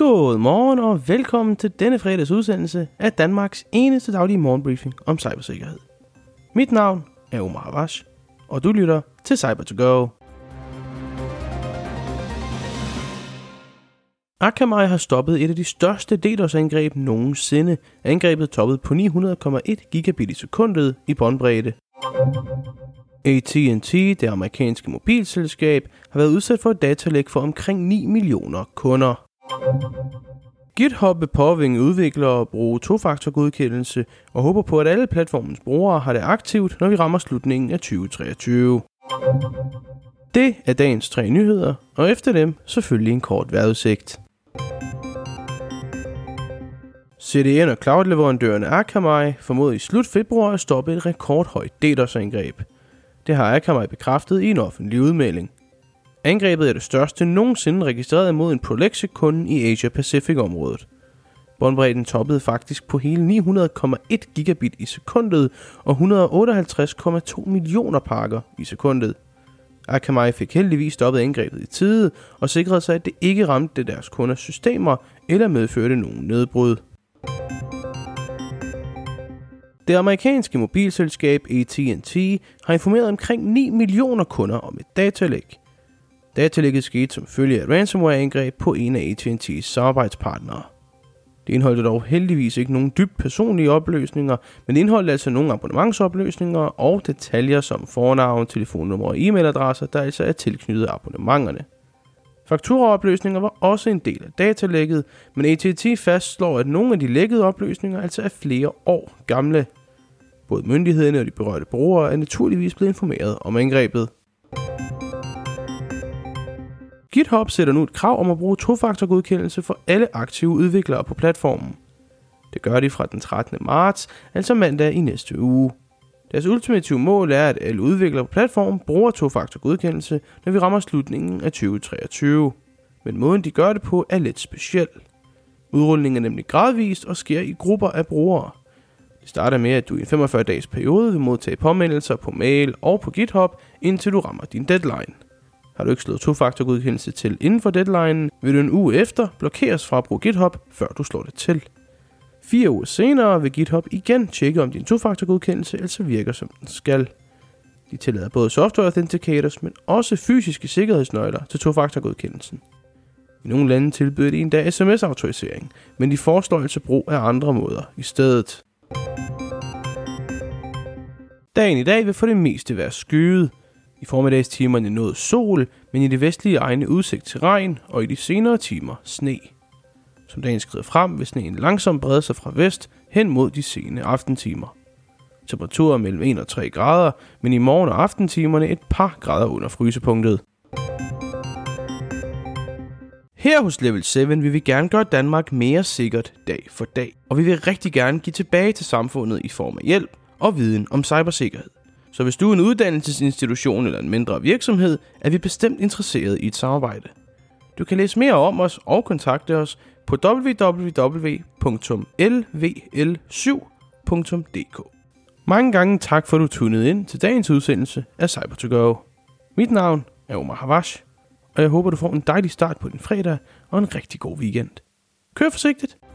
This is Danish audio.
God morgen og velkommen til denne fredags udsendelse af Danmarks eneste daglige morgenbriefing om cybersikkerhed. Mit navn er Omar Havash, og du lytter til Cyber2Go. Akamai har stoppet et af de største DDoS-angreb nogensinde. Angrebet toppede på 900,1 gigabit i sekundet i båndbredde. AT&T, det amerikanske mobilselskab, har været udsat for et datalæk for omkring 9 millioner kunder. GitHub vil påtvinge udviklere at bruge tofaktorgodkendelse og håber på, at alle platformens brugere har det aktivt, når vi rammer slutningen af 2023. Det er dagens 3 nyheder, og efter dem selvfølgelig en kort vejrudsigt. CDN og cloud-leverandørerne Akamai formåede i slut februar at stoppe et rekordhøjt DDoS-angreb. Det har Akamai bekræftet i en offentlig udmelding. Angrebet er det største nogensinde registreret mod en Prolexic-kunde i Asia-Pacific-området. Båndbredden toppede faktisk på hele 900,1 gigabit i sekundet og 158,2 millioner pakker i sekundet. Akamai fik heldigvis stoppet angrebet i tide og sikrede sig, at det ikke ramte deres kunders systemer eller medførte nogen nedbrud. Det amerikanske mobilselskab AT&T har informeret omkring 9 millioner kunder om et datalæk. Datalækket skete som følge af et ransomware-angreb på en af AT&T's samarbejdspartnere. Det indeholdte dog heldigvis ikke nogen dybt personlige oplysninger, men det indeholdte altså nogle abonnementsoplysninger og detaljer som fornavn, telefonnummer og e-mailadresser, der altså er tilknyttet abonnementerne. Fakturaoplysninger var også en del af datalækket, men AT&T fastslår, at nogle af de lækkede oplysninger altså er flere år gamle. Både myndighederne og de berørte brugere er naturligvis blevet informeret om angrebet. GitHub sætter nu et krav om at bruge tofaktorgodkendelse for alle aktive udviklere på platformen. Det gør de fra den 13. marts, altså mandag i næste uge. Deres ultimative mål er, at alle udviklere på platformen bruger tofaktorgodkendelse, når vi rammer slutningen af 2023. Men måden de gør det på er lidt speciel. Udrulningen er nemlig gradvist og sker i grupper af brugere. Det starter med, at du i en 45-dages periode vil modtage påmindelser på mail og på GitHub, indtil du rammer din deadline. Har du ikke slået tofaktorgodkendelse til inden for deadlinen, vil du en uge efter blokeres fra at bruge GitHub, før du slår det til. 4 uger senere vil GitHub igen tjekke, om din tofaktorgodkendelse altså virker som den skal. De tillader både software authenticators, men også fysiske sikkerhedsnøgler til tofaktorgodkendelsen. I nogle lande tilbyder de endda SMS-autorisering, men de foreslår altså brug af andre måder i stedet. Dagen i dag vil for det meste være skyet. I formiddagstimerne noget sol, men i det vestlige egne udsigt til regn, og i de senere timer sne. Som dagen skrider frem, vil sneen langsomt brede sig fra vest hen mod de sene aftentimer. Temperaturer mellem 1 og 3 grader, men i morgen og aftentimerne et par grader under frysepunktet. Her hos Level 7 vil vi gerne gøre Danmark mere sikkert dag for dag, og vi vil rigtig gerne give tilbage til samfundet i form af hjælp og viden om cybersikkerhed. Så hvis du er en uddannelsesinstitution eller en mindre virksomhed, er vi bestemt interesseret i et samarbejde. Du kan læse mere om os og kontakte os på www.lvl7.dk. Mange gange tak for at du tunede ind til dagens udsendelse af Cyber2Go. Mit navn er Omar Havash, og jeg håber du får en dejlig start på din fredag og en rigtig god weekend. Kør forsigtigt!